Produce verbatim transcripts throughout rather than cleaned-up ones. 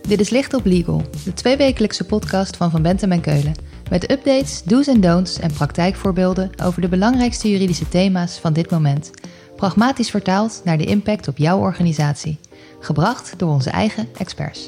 Dit is Licht op Legal, de tweewekelijkse podcast van Van Bentem en Keulen. Met updates, do's en don'ts en praktijkvoorbeelden over de belangrijkste juridische thema's van dit moment. Pragmatisch vertaald naar de impact op jouw organisatie. Gebracht door onze eigen experts.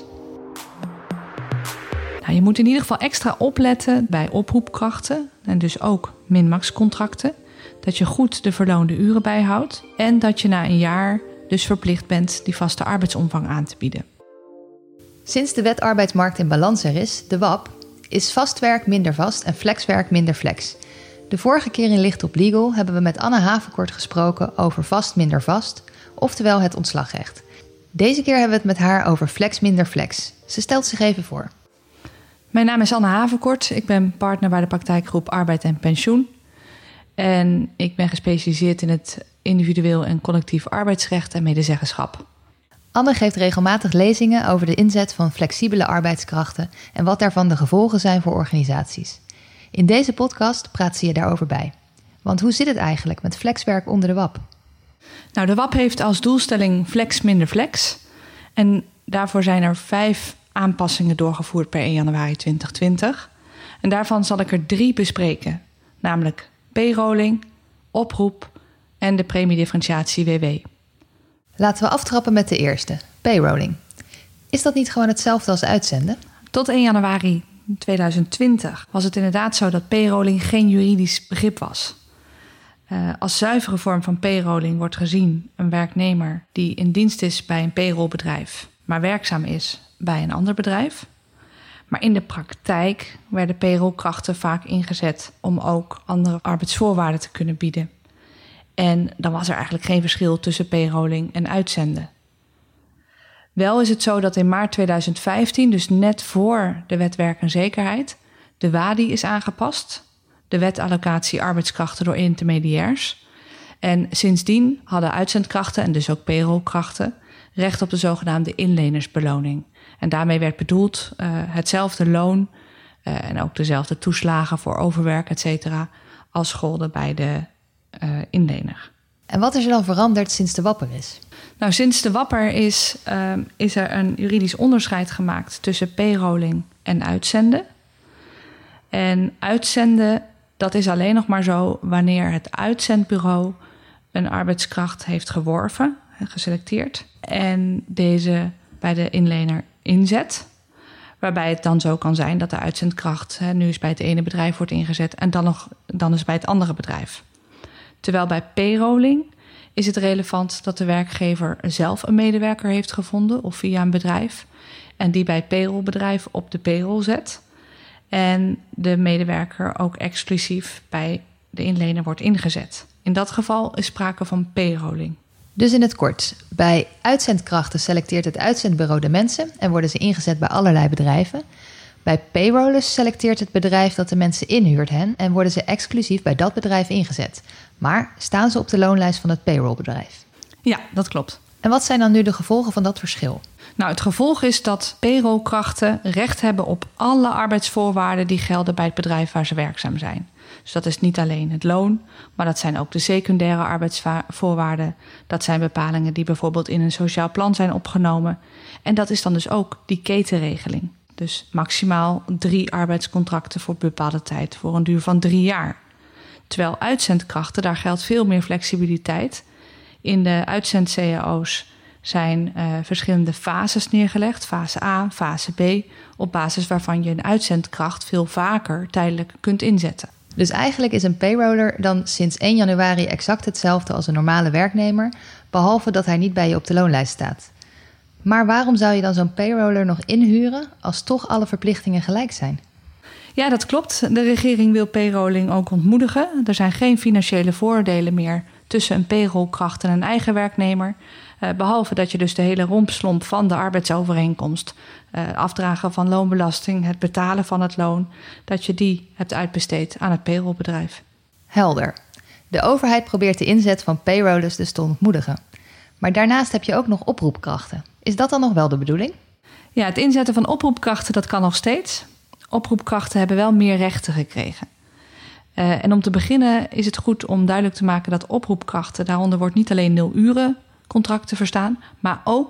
Nou, je moet in ieder geval extra opletten bij oproepkrachten en dus ook min-max contracten. Dat je goed de verloonde uren bijhoudt en dat je na een jaar dus verplicht bent die vaste arbeidsomvang aan te bieden. Sinds de wet arbeidsmarkt in balans er is, de W A P, is vast werk minder vast en flexwerk minder flex. De vorige keer in Licht op Legal hebben we met Anne Havenkort gesproken over vast minder vast, oftewel het ontslagrecht. Deze keer hebben we het met haar over flex minder flex. Ze stelt zich even voor. Mijn naam is Anne Havenkort. Ik ben partner bij de praktijkgroep Arbeid en Pensioen. En ik ben gespecialiseerd in het individueel en collectief arbeidsrecht en medezeggenschap. Anne geeft regelmatig lezingen over de inzet van flexibele arbeidskrachten en wat daarvan de gevolgen zijn voor organisaties. In deze podcast praat ze je daarover bij. Want hoe zit het eigenlijk met flexwerk onder de W A P? Nou, de W A P heeft als doelstelling flex minder flex. En daarvoor zijn er vijf aanpassingen doorgevoerd per eerste januari tweeduizend twintig. En daarvan zal ik er drie bespreken. Namelijk payrolling, oproep en de premiedifferentiatie W W. Laten we aftrappen met de eerste, payrolling. Is dat niet gewoon hetzelfde als uitzenden? Tot eerste januari tweeduizend twintig was het inderdaad zo dat payrolling geen juridisch begrip was. Uh, als zuivere vorm van payrolling wordt gezien een werknemer die in dienst is bij een payrollbedrijf, maar werkzaam is bij een ander bedrijf. Maar in de praktijk werden payrollkrachten vaak ingezet om ook andere arbeidsvoorwaarden te kunnen bieden. En dan was er eigenlijk geen verschil tussen payrolling en uitzenden. Wel is het zo dat in maart tweeduizend vijftien, dus net voor de wet werk en zekerheid, de W A D I is aangepast. De wet allocatie arbeidskrachten door intermediairs. En sindsdien hadden uitzendkrachten en dus ook payrollkrachten recht op de zogenaamde inlenersbeloning. En daarmee werd bedoeld uh, hetzelfde loon uh, en ook dezelfde toeslagen voor overwerk, et cetera, als golden bij de uh, inlener. En wat is er dan veranderd sinds de W A P er is? Nou, sinds de W A P er is, uh, is er een juridisch onderscheid gemaakt tussen payrolling en uitzenden. En uitzenden, dat is alleen nog maar zo wanneer het uitzendbureau een arbeidskracht heeft geworven, geselecteerd, en deze bij de inlener inzet. Waarbij het dan zo kan zijn dat de uitzendkracht hè, nu eens bij het ene bedrijf wordt ingezet en dan nog dan eens bij het andere bedrijf. Terwijl bij payrolling is het relevant dat de werkgever zelf een medewerker heeft gevonden of via een bedrijf en die bij het payrollbedrijf op de payroll zet. En de medewerker ook exclusief bij de inlener wordt ingezet. In dat geval is sprake van payrolling. Dus in het kort, bij uitzendkrachten selecteert het uitzendbureau de mensen en worden ze ingezet bij allerlei bedrijven. Bij payrollers selecteert het bedrijf dat de mensen inhuurt hen en worden ze exclusief bij dat bedrijf ingezet. Maar staan ze op de loonlijst van het payrollbedrijf? Ja, dat klopt. En wat zijn dan nu de gevolgen van dat verschil? Nou, het gevolg is dat payrollkrachten recht hebben op alle arbeidsvoorwaarden die gelden bij het bedrijf waar ze werkzaam zijn. Dus dat is niet alleen het loon, maar dat zijn ook de secundaire arbeidsvoorwaarden. Dat zijn bepalingen die bijvoorbeeld in een sociaal plan zijn opgenomen. En dat is dan dus ook die ketenregeling. Dus maximaal drie arbeidscontracten voor bepaalde tijd voor een duur van drie jaar. Terwijl uitzendkrachten, daar geldt veel meer flexibiliteit. In de uitzend-C A O's zijn uh, verschillende fases neergelegd. Fase A, fase B, op basis waarvan je een uitzendkracht veel vaker tijdelijk kunt inzetten. Dus eigenlijk is een payroller dan sinds eerste januari exact hetzelfde als een normale werknemer, behalve dat hij niet bij je op de loonlijst staat. Maar waarom zou je dan zo'n payroller nog inhuren als toch alle verplichtingen gelijk zijn? Ja, dat klopt. De regering wil payrolling ook ontmoedigen. Er zijn geen financiële voordelen meer tussen een payrollkracht en een eigen werknemer. Uh, behalve dat je dus de hele rompslomp van de arbeidsovereenkomst, uh, afdragen van loonbelasting, het betalen van het loon, dat je die hebt uitbesteed aan het payrollbedrijf. Helder. De overheid probeert de inzet van payrollers dus te ontmoedigen. Maar daarnaast heb je ook nog oproepkrachten. Is dat dan nog wel de bedoeling? Ja, het inzetten van oproepkrachten, dat kan nog steeds. Oproepkrachten hebben wel meer rechten gekregen. Uh, en om te beginnen is het goed om duidelijk te maken dat oproepkrachten, daaronder wordt niet alleen nul uren contracten verstaan, maar ook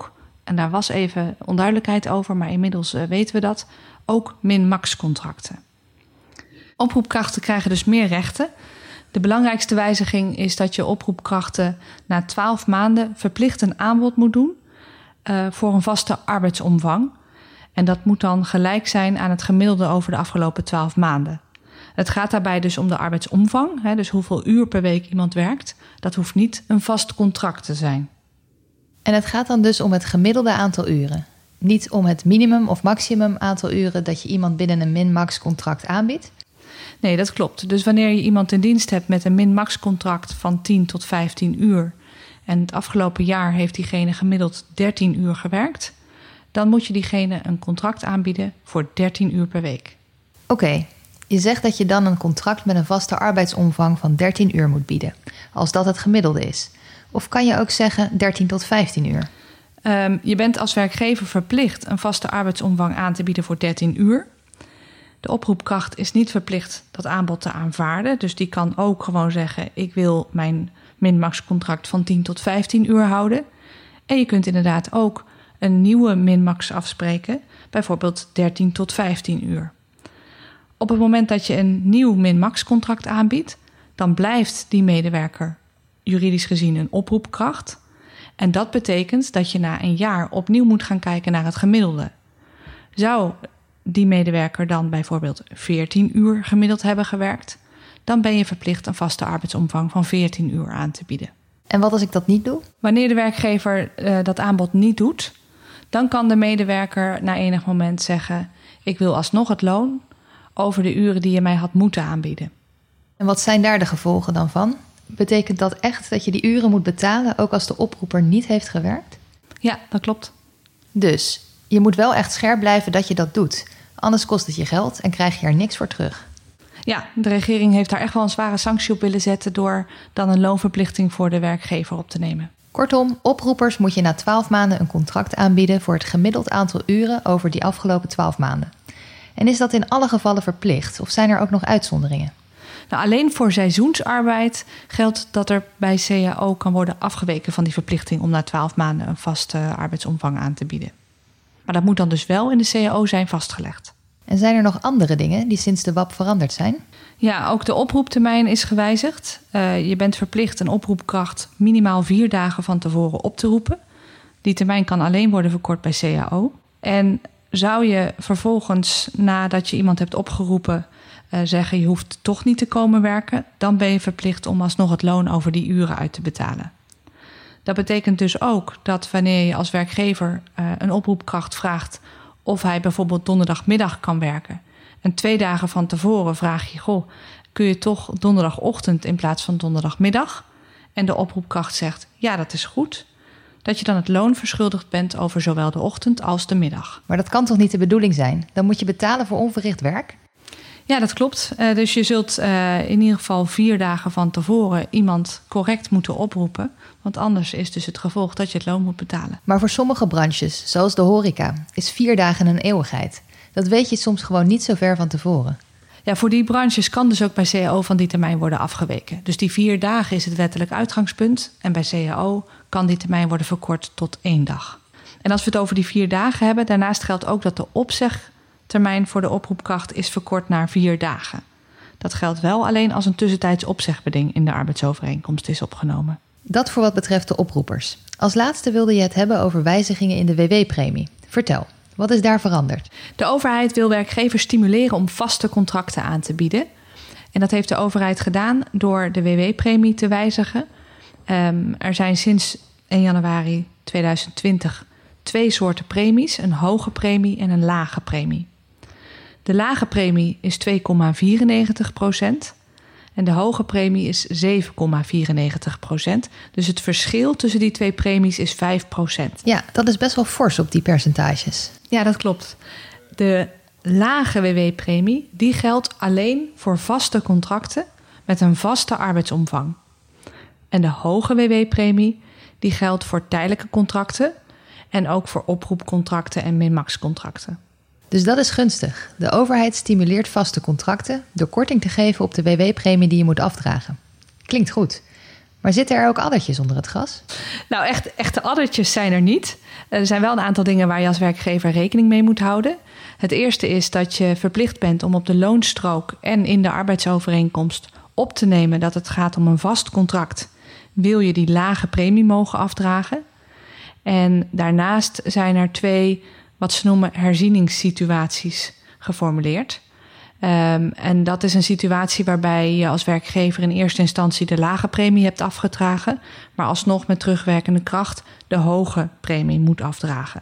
en daar was even onduidelijkheid over, maar inmiddels uh, weten we dat, ook min-max contracten. Oproepkrachten krijgen dus meer rechten. De belangrijkste wijziging is dat je oproepkrachten na twaalf maanden verplicht een aanbod moet doen uh, voor een vaste arbeidsomvang. En dat moet dan gelijk zijn aan het gemiddelde over de afgelopen twaalf maanden. Het gaat daarbij dus om de arbeidsomvang, hè, dus hoeveel uur per week iemand werkt. Dat hoeft niet een vast contract te zijn. En het gaat dan dus om het gemiddelde aantal uren. Niet om het minimum of maximum aantal uren dat je iemand binnen een min-max contract aanbiedt? Nee, dat klopt. Dus wanneer je iemand in dienst hebt met een min-max contract van tien tot vijftien uur... en het afgelopen jaar heeft diegene gemiddeld dertien uur gewerkt, dan moet je diegene een contract aanbieden voor dertien uur per week. Oké, okay. Je zegt dat je dan een contract met een vaste arbeidsomvang van dertien uur moet bieden, als dat het gemiddelde is. Of kan je ook zeggen dertien tot vijftien uur? Um, je bent als werkgever verplicht een vaste arbeidsomvang aan te bieden voor dertien uur. De oproepkracht is niet verplicht dat aanbod te aanvaarden. Dus die kan ook gewoon zeggen, ik wil mijn min-max contract van tien tot vijftien uur houden. En je kunt inderdaad ook een nieuwe min-max afspreken, bijvoorbeeld dertien tot vijftien uur. Op het moment dat je een nieuw min-max contract aanbiedt, dan blijft die medewerker juridisch gezien een oproepkracht. En dat betekent dat je na een jaar opnieuw moet gaan kijken naar het gemiddelde. Zou die medewerker dan bijvoorbeeld veertien uur gemiddeld hebben gewerkt, dan ben je verplicht een vaste arbeidsomvang van veertien uur aan te bieden. En wat als ik dat niet doe? Wanneer de werkgever uh, dat aanbod niet doet, dan kan de medewerker na enig moment zeggen, ik wil alsnog het loon over de uren die je mij had moeten aanbieden. En wat zijn daar de gevolgen dan van? Betekent dat echt dat je die uren moet betalen, ook als de oproeper niet heeft gewerkt? Ja, dat klopt. Dus je moet wel echt scherp blijven dat je dat doet. Anders kost het je geld en krijg je er niks voor terug. Ja, de regering heeft daar echt wel een zware sanctie op willen zetten door dan een loonverplichting voor de werkgever op te nemen. Kortom, oproepers moet je na twaalf maanden een contract aanbieden voor het gemiddeld aantal uren over die afgelopen twaalf maanden. En is dat in alle gevallen verplicht of zijn er ook nog uitzonderingen? Nou, alleen voor seizoensarbeid geldt dat er bij C A O kan worden afgeweken van die verplichting om na twaalf maanden een vaste arbeidsomvang aan te bieden. Maar dat moet dan dus wel in de C A O zijn vastgelegd. En zijn er nog andere dingen die sinds de W A P veranderd zijn? Ja, ook de oproeptermijn is gewijzigd. Uh, je bent verplicht een oproepkracht minimaal vier dagen van tevoren op te roepen. Die termijn kan alleen worden verkort bij C A O. En zou je vervolgens, nadat je iemand hebt opgeroepen, uh, zeggen je hoeft toch niet te komen werken, dan ben je verplicht om alsnog het loon over die uren uit te betalen. Dat betekent dus ook dat wanneer je als werkgever uh, een oproepkracht vraagt of hij bijvoorbeeld donderdagmiddag kan werken, en twee dagen van tevoren vraag je, goh, kun je toch donderdagochtend in plaats van donderdagmiddag? En de oproepkracht zegt, ja, dat is goed. Dat je dan het loon verschuldigd bent over zowel de ochtend als de middag. Maar dat kan toch niet de bedoeling zijn? Dan moet je betalen voor onverricht werk? Ja, dat klopt. Uh, dus je zult uh, in ieder geval vier dagen van tevoren iemand correct moeten oproepen. Want anders is dus het gevolg dat je het loon moet betalen. Maar voor sommige branches, zoals de horeca, is vier dagen een eeuwigheid. Dat weet je soms gewoon niet zo ver van tevoren. Ja, voor die branches kan dus ook bij C A O van die termijn worden afgeweken. Dus die vier dagen is het wettelijk uitgangspunt. En bij C A O kan die termijn worden verkort tot één dag. En als we het over die vier dagen hebben, daarnaast geldt ook dat de opzegtermijn voor de oproepkracht is verkort naar vier dagen. Dat geldt wel alleen als een tussentijds opzegbeding in de arbeidsovereenkomst is opgenomen. Dat voor wat betreft de oproepers. Als laatste wilde je het hebben over wijzigingen in de W W-premie. Vertel, wat is daar veranderd? De overheid wil werkgevers stimuleren om vaste contracten aan te bieden. En dat heeft de overheid gedaan door de W W-premie te wijzigen. Um, er zijn sinds één januari tweeduizend twintig twee soorten premies. Een hoge premie en een lage premie. De lage premie is twee komma vierennegentig procent. En de hoge premie is zeven komma vierennegentig procent. Dus het verschil tussen die twee premies is vijf procent. Ja, dat is best wel fors op die percentages. Ja, dat klopt. De lage W W-premie die geldt alleen voor vaste contracten met een vaste arbeidsomvang. En de hoge W W-premie die geldt voor tijdelijke contracten en ook voor oproepcontracten en min-max contracten. Dus dat is gunstig. De overheid stimuleert vaste contracten door korting te geven op de W W-premie die je moet afdragen. Klinkt goed. Maar zitten er ook addertjes onder het gras? Nou, echt, echte addertjes zijn er niet. Er zijn wel een aantal dingen waar je als werkgever rekening mee moet houden. Het eerste is dat je verplicht bent om op de loonstrook en in de arbeidsovereenkomst op te nemen dat het gaat om een vast contract. Wil je die lage premie mogen afdragen? En daarnaast zijn er twee, wat ze noemen, herzieningssituaties geformuleerd. Um, en dat is een situatie waarbij je als werkgever in eerste instantie de lage premie hebt afgedragen, maar alsnog met terugwerkende kracht de hoge premie moet afdragen.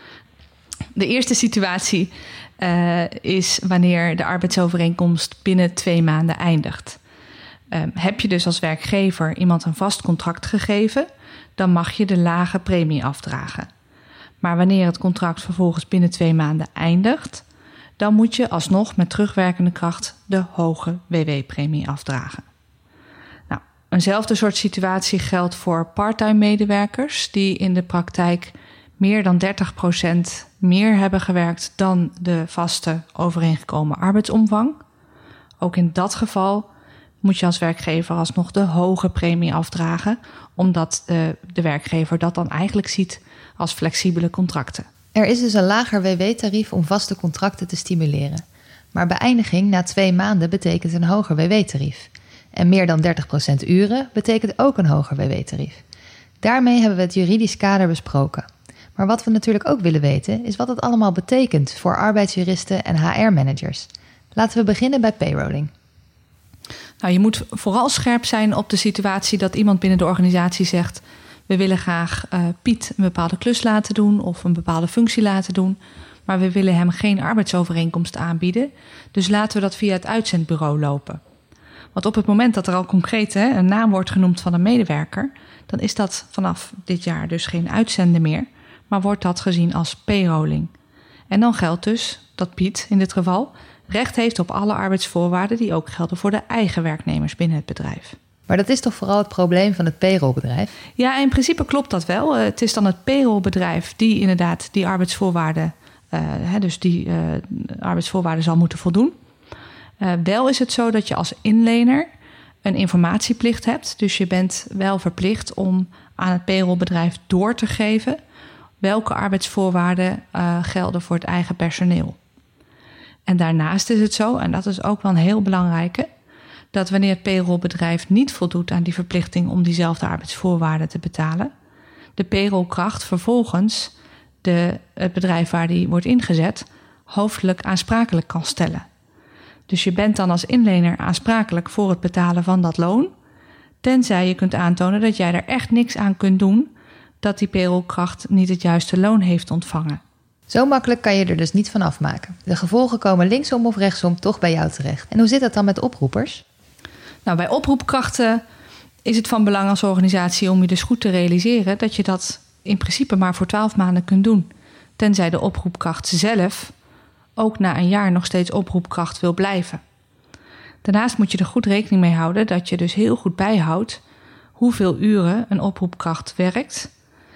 De eerste situatie uh, is wanneer de arbeidsovereenkomst binnen twee maanden eindigt. Um, heb je dus als werkgever iemand een vast contract gegeven, dan mag je de lage premie afdragen. Maar wanneer het contract vervolgens binnen twee maanden eindigt, dan moet je alsnog met terugwerkende kracht de hoge W W-premie afdragen. Nou, eenzelfde soort situatie geldt voor parttime medewerkers die in de praktijk meer dan dertig procent meer hebben gewerkt dan de vaste overeengekomen arbeidsomvang. Ook in dat geval moet je als werkgever alsnog de hoge premie afdragen, omdat de, de werkgever dat dan eigenlijk ziet als flexibele contracten. Er is dus een lager W W-tarief om vaste contracten te stimuleren. Maar beëindiging na twee maanden betekent een hoger W W-tarief. En meer dan dertig procent uren betekent ook een hoger W W-tarief. Daarmee hebben we het juridisch kader besproken. Maar wat we natuurlijk ook willen weten is wat het allemaal betekent voor arbeidsjuristen en H R-managers. Laten we beginnen bij payrolling. Nou, je moet vooral scherp zijn op de situatie dat iemand binnen de organisatie zegt: we willen graag uh, Piet een bepaalde klus laten doen of een bepaalde functie laten doen, maar we willen hem geen arbeidsovereenkomst aanbieden. Dus laten we dat via het uitzendbureau lopen. Want op het moment dat er al concreet hè, een naam wordt genoemd van een medewerker, dan is dat vanaf dit jaar dus geen uitzenden meer, maar wordt dat gezien als payrolling. En dan geldt dus dat Piet in dit geval recht heeft op alle arbeidsvoorwaarden die ook gelden voor de eigen werknemers binnen het bedrijf. Maar dat is toch vooral het probleem van het payrollbedrijf? Ja, in principe klopt dat wel. Het is dan het payrollbedrijf die inderdaad die arbeidsvoorwaarden, uh, hè, dus die uh, arbeidsvoorwaarden zal moeten voldoen. Uh, wel is het zo dat je als inlener een informatieplicht hebt. Dus je bent wel verplicht om aan het payrollbedrijf door te geven welke arbeidsvoorwaarden uh, gelden voor het eigen personeel. En daarnaast is het zo, en dat is ook wel een heel belangrijke, dat wanneer het payrollbedrijf niet voldoet aan die verplichting om diezelfde arbeidsvoorwaarden te betalen, de payrollkracht vervolgens de, het bedrijf waar die wordt ingezet hoofdelijk aansprakelijk kan stellen. Dus je bent dan als inlener aansprakelijk voor het betalen van dat loon, tenzij je kunt aantonen dat jij er echt niks aan kunt doen dat die payrollkracht niet het juiste loon heeft ontvangen. Zo makkelijk kan je er dus niet van afmaken. De gevolgen komen linksom of rechtsom toch bij jou terecht. En hoe zit dat dan met oproepers? Nou, bij oproepkrachten is het van belang als organisatie om je dus goed te realiseren dat je dat in principe maar voor twaalf maanden kunt doen. Tenzij de oproepkracht zelf ook na een jaar nog steeds oproepkracht wil blijven. Daarnaast moet je er goed rekening mee houden dat je dus heel goed bijhoudt hoeveel uren een oproepkracht werkt.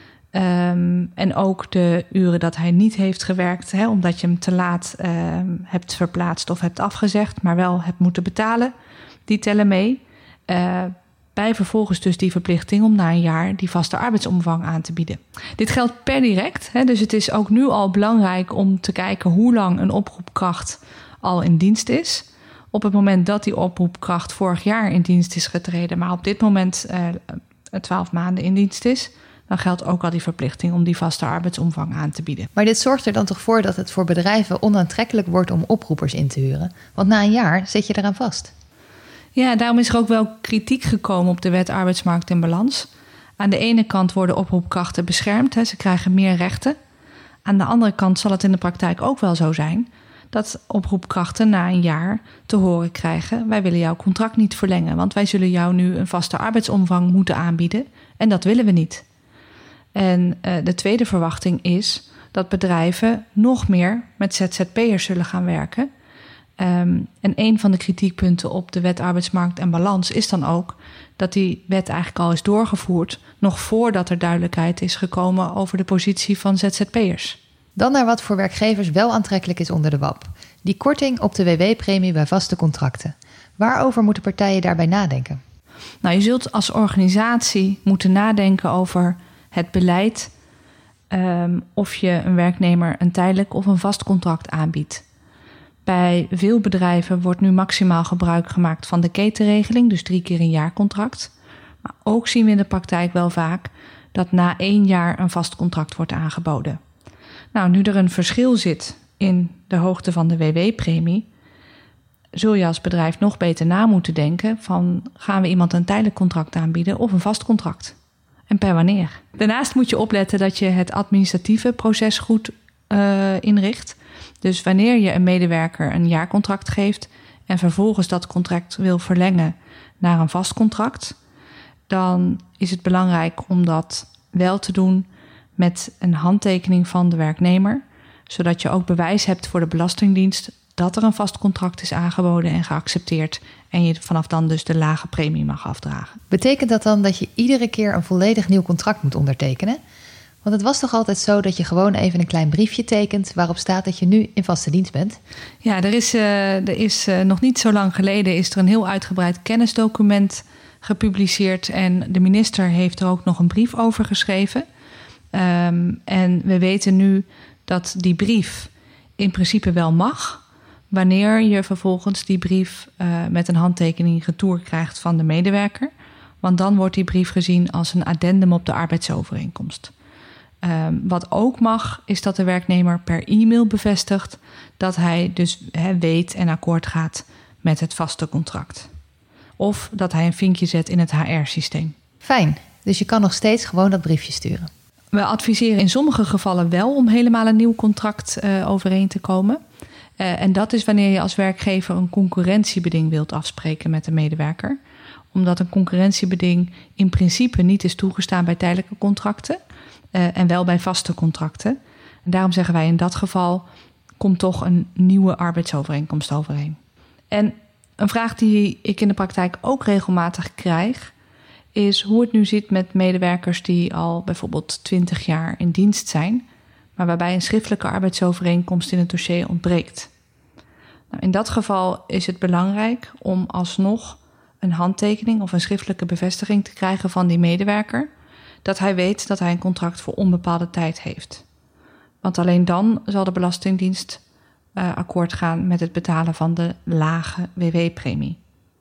Um, en ook de uren dat hij niet heeft gewerkt, hè, omdat je hem te laat um, hebt verplaatst of hebt afgezegd, maar wel hebt moeten betalen, die tellen mee. Uh, bij vervolgens dus die verplichting om na een jaar die vaste arbeidsomvang aan te bieden. Dit geldt per direct, hè, dus het is ook nu al belangrijk om te kijken hoe lang een oproepkracht al in dienst is. Op het moment dat die oproepkracht vorig jaar in dienst is getreden, maar op dit moment uh, twaalf maanden in dienst is, dan geldt ook al die verplichting om die vaste arbeidsomvang aan te bieden. Maar dit zorgt er dan toch voor dat het voor bedrijven onaantrekkelijk wordt om oproepers in te huren? Want na een jaar zit je eraan vast. Ja, daarom is er ook wel kritiek gekomen op de wet arbeidsmarkt en balans. Aan de ene kant worden oproepkrachten beschermd, hè, ze krijgen meer rechten. Aan de andere kant zal het in de praktijk ook wel zo zijn dat oproepkrachten na een jaar te horen krijgen: wij willen jouw contract niet verlengen, want wij zullen jou nu een vaste arbeidsomvang moeten aanbieden en dat willen we niet. En uh, de tweede verwachting is dat bedrijven nog meer met Z Z P'ers zullen gaan werken. Um, en een van de kritiekpunten op de wet arbeidsmarkt en balans is dan ook dat die wet eigenlijk al is doorgevoerd nog voordat er duidelijkheid is gekomen over de positie van Z Z P'ers. Dan naar wat voor werkgevers wel aantrekkelijk is onder de W A P. Die korting op de W W-premie bij vaste contracten. Waarover moeten partijen daarbij nadenken? Nou, je zult als organisatie moeten nadenken over het beleid, um, of je een werknemer een tijdelijk of een vast contract aanbiedt. Bij veel bedrijven wordt nu maximaal gebruik gemaakt van de ketenregeling, dus drie keer een jaarcontract. Maar ook zien we in de praktijk wel vaak dat na één jaar een vast contract wordt aangeboden. Nou, nu er een verschil zit in de hoogte van de W W-premie, zul je als bedrijf nog beter na moeten denken van, gaan we iemand een tijdelijk contract aanbieden of een vast contract? En per wanneer? Daarnaast moet je opletten dat je het administratieve proces goed uh, inricht. Dus wanneer je een medewerker een jaarcontract geeft en vervolgens dat contract wil verlengen naar een vast contract, dan is het belangrijk om dat wel te doen met een handtekening van de werknemer, zodat je ook bewijs hebt voor de Belastingdienst dat er een vast contract is aangeboden en geaccepteerd en je vanaf dan dus de lage premie mag afdragen. Betekent dat dan dat je iedere keer een volledig nieuw contract moet ondertekenen? Want het was toch altijd zo dat je gewoon even een klein briefje tekent waarop staat dat je nu in vaste dienst bent? Ja, er is, uh, er is uh, nog niet zo lang geleden is er een heel uitgebreid kennisdocument gepubliceerd en de minister heeft er ook nog een brief over geschreven. Um, en we weten nu dat die brief in principe wel mag, wanneer je vervolgens die brief uh, met een handtekening retour krijgt van de medewerker. Want dan wordt die brief gezien als een addendum op de arbeidsovereenkomst. Um, wat ook mag, is dat de werknemer per e-mail bevestigt dat hij dus he, weet en akkoord gaat met het vaste contract. Of dat hij een vinkje zet in het H R-systeem. Fijn, dus je kan nog steeds gewoon dat briefje sturen. We adviseren in sommige gevallen wel om helemaal een nieuw contract uh, overeen te komen. Uh, en dat is wanneer je als werkgever een concurrentiebeding wilt afspreken met de medewerker. Omdat een concurrentiebeding in principe niet is toegestaan bij tijdelijke contracten. Uh, en wel bij vaste contracten. En daarom zeggen wij in dat geval, komt toch een nieuwe arbeidsovereenkomst overeen. En een vraag die ik in de praktijk ook regelmatig krijg, is hoe het nu zit met medewerkers die al bijvoorbeeld twintig jaar in dienst zijn, maar waarbij een schriftelijke arbeidsovereenkomst in het dossier ontbreekt. Nou, in dat geval is het belangrijk om alsnog een handtekening of een schriftelijke bevestiging te krijgen van die medewerker, dat hij weet dat hij een contract voor onbepaalde tijd heeft. Want alleen dan zal de Belastingdienst uh, akkoord gaan met het betalen van de lage W W-premie.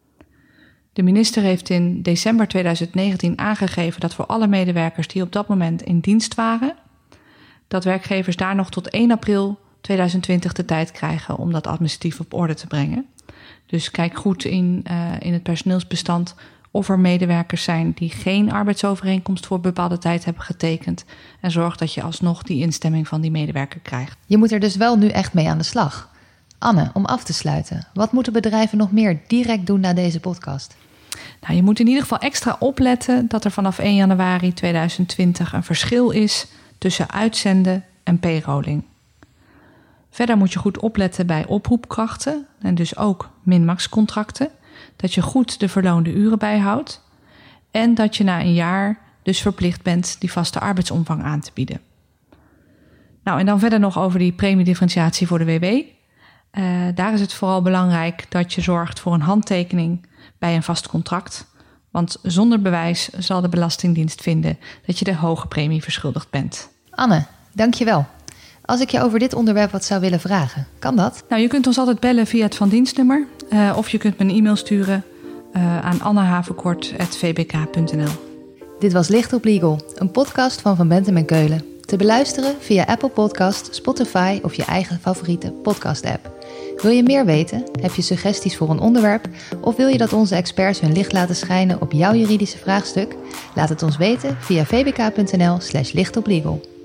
De minister heeft in december tweeduizend negentien aangegeven dat voor alle medewerkers die op dat moment in dienst waren, dat werkgevers daar nog tot één april tweeduizend twintig de tijd krijgen om dat administratief op orde te brengen. Dus kijk goed in, uh, in het personeelsbestand of er medewerkers zijn die geen arbeidsovereenkomst voor bepaalde tijd hebben getekend. En zorg dat je alsnog die instemming van die medewerker krijgt. Je moet er dus wel nu echt mee aan de slag. Anne, om af te sluiten, wat moeten bedrijven nog meer direct doen na deze podcast? Nou, je moet in ieder geval extra opletten dat er vanaf één januari tweeduizend twintig een verschil is tussen uitzenden en payrolling. Verder moet je goed opletten bij oproepkrachten en dus ook min-max contracten. Dat je goed de verloonde uren bijhoudt. En dat je na een jaar dus verplicht bent die vaste arbeidsomvang aan te bieden. Nou, en dan verder nog over die premiedifferentiatie voor de W W. Uh, daar is het vooral belangrijk dat je zorgt voor een handtekening bij een vast contract. Want zonder bewijs zal de Belastingdienst vinden dat je de hoge premie verschuldigd bent. Anne, dank je wel. Als ik je over dit onderwerp wat zou willen vragen, kan dat? Nou, je kunt ons altijd bellen via het Van Dienstnummer. Uh, of je kunt me een e-mail sturen uh, aan anne havenkort at v b k punt n l. Dit was Licht op Legal, een podcast van Van Bentem en Keulen. Te beluisteren via Apple Podcast, Spotify of je eigen favoriete podcast-app. Wil je meer weten? Heb je suggesties voor een onderwerp? Of wil je dat onze experts hun licht laten schijnen op jouw juridische vraagstuk? Laat het ons weten via v b k punt n l slash licht op legal.